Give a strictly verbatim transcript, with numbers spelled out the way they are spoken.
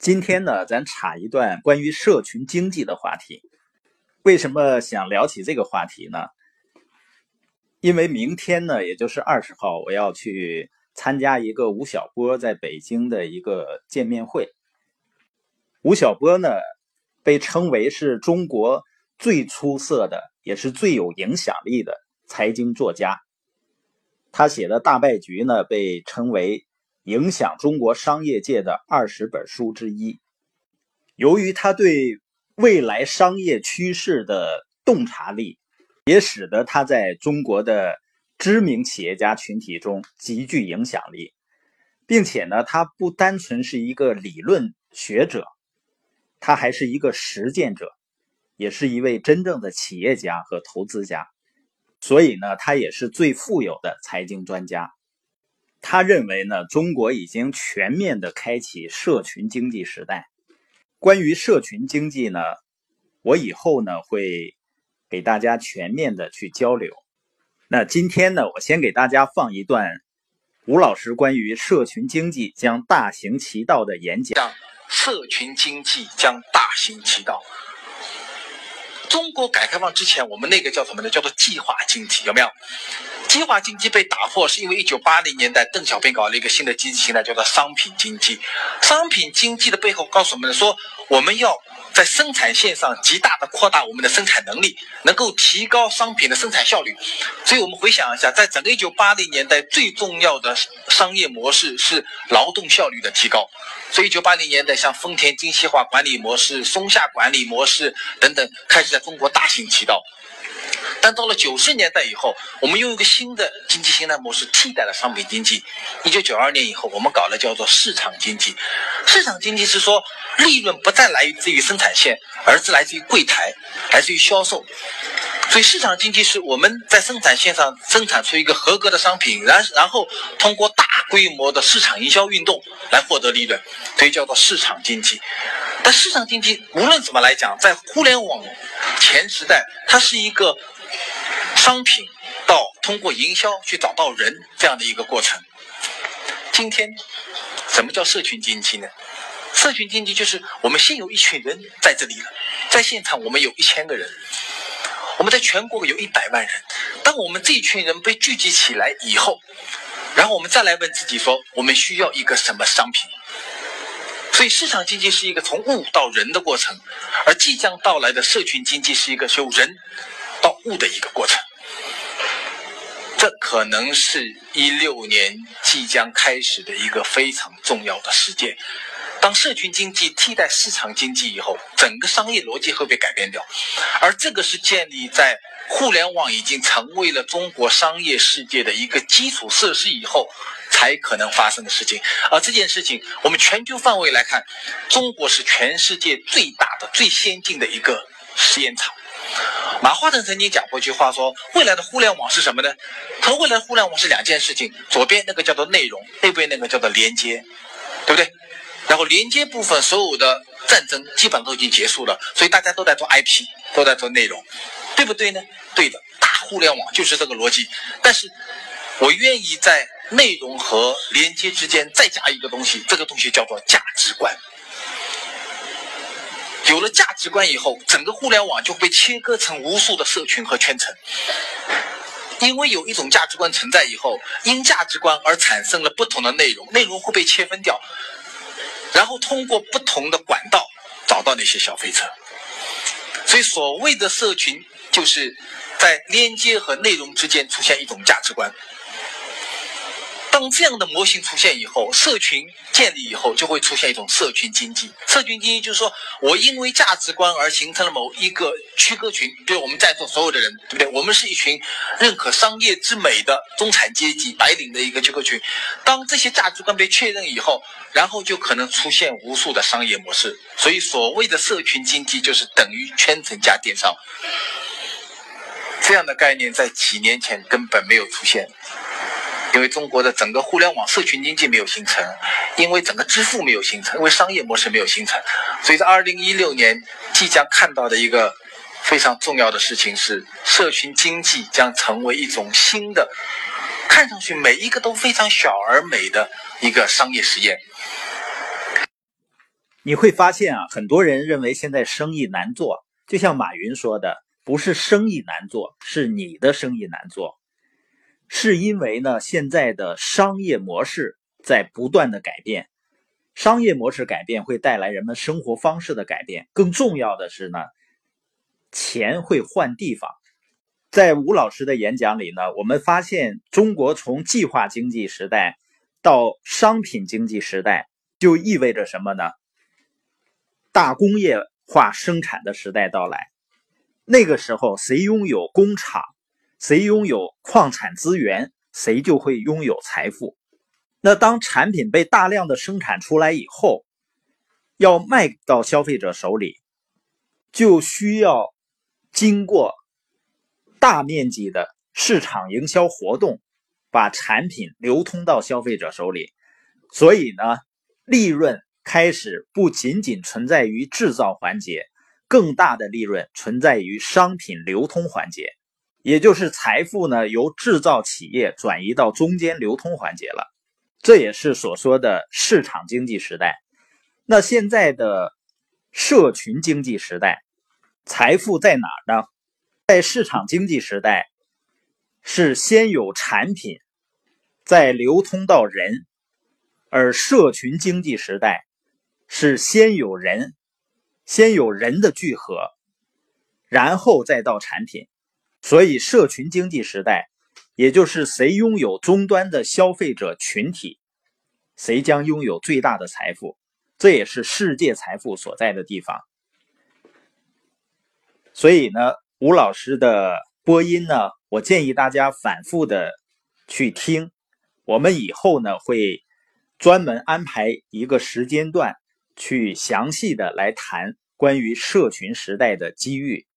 今天呢，咱插一段关于社群经济的话题。为什么想聊起这个话题呢？因为明天呢，也就是二十号，我要去参加一个吴晓波在北京的一个见面会。吴晓波呢，被称为是中国最出色的，也是最有影响力的财经作家。他写的《大败局》呢，被称为影响中国商业界的二十本书之一。由于他对未来商业趋势的洞察力，也使得他在中国的知名企业家群体中极具影响力，并且呢，他不单纯是一个理论学者，他还是一个实践者，也是一位真正的企业家和投资家。所以呢，他也是最富有的财经专家。他认为呢，中国已经全面的开启社群经济时代。关于社群经济呢，我以后呢会给大家全面的去交流。那今天呢，我先给大家放一段吴老师关于社群经济将大行其道的演讲。 社群经济将大行其道。中国改革开放之前，我们那个叫什么呢？叫做计划经济，有没有？计划经济被打破，是因为一九八零年代邓小平搞了一个新的经济形态，叫做商品经济。商品经济的背后告诉我们说，我们要在生产线上极大的扩大我们的生产能力，能够提高商品的生产效率。所以我们回想一下，在整个一九八零年代最重要的商业模式是劳动效率的提高。所以一九八零年代像丰田精细化管理模式、松下管理模式等等开始在中国大行其道。但到了九十年代以后，我们用一个新的经济形态模式替代了商品经济。一九九二年以后，我们搞了叫做市场经济。市场经济是说，利润不再来自于生产线，而是来自于柜台，来自于销售。所以市场经济是我们在生产线上生产出一个合格的商品，然然后通过大规模的市场营销运动来获得利润，所以叫做市场经济。但市场经济无论怎么来讲，在互联网前时代，它是一个商品到通过营销去找到人这样的一个过程。今天什么叫社群经济呢？社群经济就是我们先有一群人在这里了，在现场我们有一千个人，我们在全国有一百万人。当我们这一群人被聚集起来以后，然后我们再来问自己说，我们需要一个什么商品？所以市场经济是一个从物到人的过程，而即将到来的社群经济是一个由人到物的一个过程。这可能是一六年即将开始的一个非常重要的事件。当社群经济替代市场经济以后，整个商业逻辑会被改变掉，而这个是建立在互联网已经成为了中国商业世界的一个基础设施以后才可能发生的事情。而这件事情我们全球范围来看，中国是全世界最大的最先进的一个实验场。马化腾曾经讲过一句话说，未来的互联网是什么呢？他说未来的互联网是两件事情，左边那个叫做内容，右边那个叫做连接，对不对？然后连接部分所有的战争基本都已经结束了，所以大家都在做 I P， 都在做内容，对不对呢？对的，大互联网就是这个逻辑。但是我愿意在内容和连接之间再加一个东西，这个东西叫做价值观。有了价值观以后，整个互联网就会被切割成无数的社群和圈层。因为有一种价值观存在以后，因价值观而产生了不同的内容，内容会被切分掉，然后通过不同的管道找到那些消费者。所以所谓的社群，就是在连接和内容之间出现一种价值观。当这样的模型出现以后，社群建立以后，就会出现一种社群经济。社群经济就是说，我因为价值观而形成了某一个区隔群，比如我们在座所有的人，对不对？我们是一群认可商业之美的中产阶级白领的一个区隔群。当这些价值观被确认以后，然后就可能出现无数的商业模式。所以所谓的社群经济就是等于圈层加电商。这样的概念在几年前根本没有出现。因为中国的整个互联网社群经济没有形成，因为整个支付没有形成，因为商业模式没有形成，所以在二零一六年即将看到的一个非常重要的事情是，社群经济将成为一种新的，看上去每一个都非常小而美的一个商业实验。 你会发现啊，很多人认为现在生意难做，就像马云说的，不是生意难做，是你的生意难做。是因为呢，现在的商业模式在不断的改变，商业模式改变会带来人们生活方式的改变，更重要的是呢，钱会换地方。在吴老师的演讲里呢，我们发现中国从计划经济时代到商品经济时代，就意味着什么呢？大工业化生产的时代到来。那个时候谁拥有工厂，谁拥有矿产资源，谁就会拥有财富。那当产品被大量的生产出来以后，要卖到消费者手里，就需要经过大面积的市场营销活动，把产品流通到消费者手里。所以呢，利润开始不仅仅存在于制造环节，更大的利润存在于商品流通环节，也就是财富呢由制造企业转移到中间流通环节了。这也是所说的市场经济时代。那现在的社群经济时代，财富在哪儿呢？在市场经济时代，是先有产品，再流通到人，而社群经济时代是先有人，先有人的聚合，然后再到产品。所以社群经济时代，也就是谁拥有终端的消费者群体，谁将拥有最大的财富。这也是世界财富所在的地方。所以呢，吴老师的播音呢，我建议大家反复的去听。我们以后呢会专门安排一个时间段去详细的来谈关于社群时代的机遇。